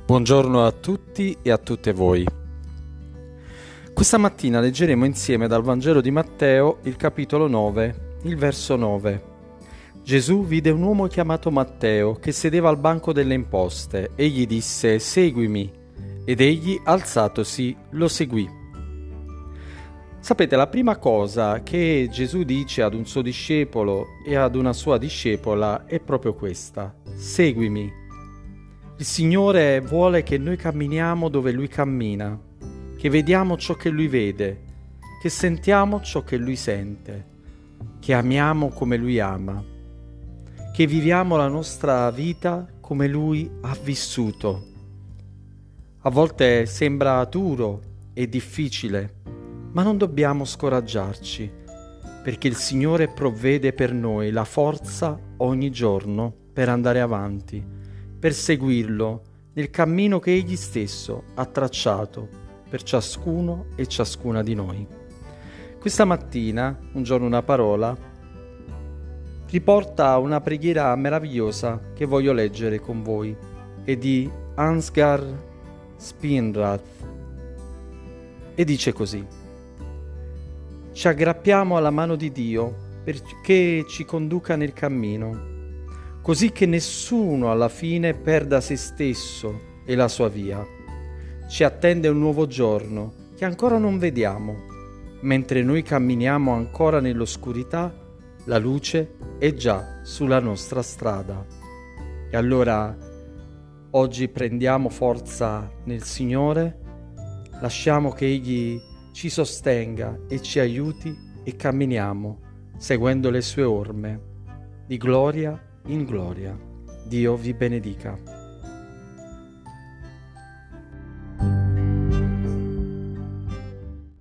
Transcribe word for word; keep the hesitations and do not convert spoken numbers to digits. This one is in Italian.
Buongiorno a tutti e a tutte voi. Questa mattina leggeremo insieme dal Vangelo di Matteo il capitolo nove, il verso nove. Gesù vide un uomo chiamato Matteo che sedeva al banco delle imposte e gli disse: «Seguimi», ed egli, alzatosi, lo seguì. Sapete, la prima cosa che Gesù dice ad un suo discepolo e ad una sua discepola è proprio questa: seguimi. Il Signore vuole che noi camminiamo dove Lui cammina, che vediamo ciò che Lui vede, che sentiamo ciò che Lui sente, che amiamo come Lui ama, che viviamo la nostra vita come Lui ha vissuto. A volte sembra duro e difficile, ma non dobbiamo scoraggiarci, perché il Signore provvede per noi la forza ogni giorno per andare avanti, per seguirlo nel cammino che Egli stesso ha tracciato per ciascuno e ciascuna di noi. Questa mattina, un giorno una parola, riporta una preghiera meravigliosa che voglio leggere con voi. È di Ansgar Spinrath e dice così: ci aggrappiamo alla mano di Dio perché ci conduca nel cammino, così che nessuno alla fine perda se stesso e la sua via. Ci attende un nuovo giorno che ancora non vediamo. Mentre noi camminiamo ancora nell'oscurità, la luce è già sulla nostra strada. E allora oggi prendiamo forza nel Signore, lasciamo che Egli ci sostenga e ci aiuti e camminiamo seguendo le sue orme di gloria in gloria. Dio vi benedica.